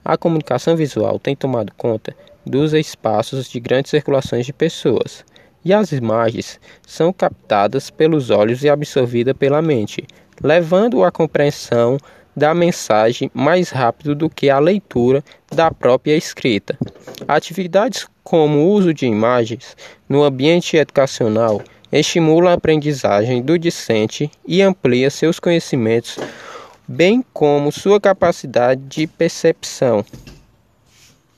A comunicação visual tem tomado conta dos espaços de grandes circulações de pessoas, e as imagens são captadas pelos olhos e absorvidas pela mente, levando à compreensão da mensagem mais rápido do que a leitura da própria escrita. Atividades como o uso de imagens no ambiente educacional estimulam a aprendizagem do discente e amplia seus conhecimentos, bem como sua capacidade de percepção.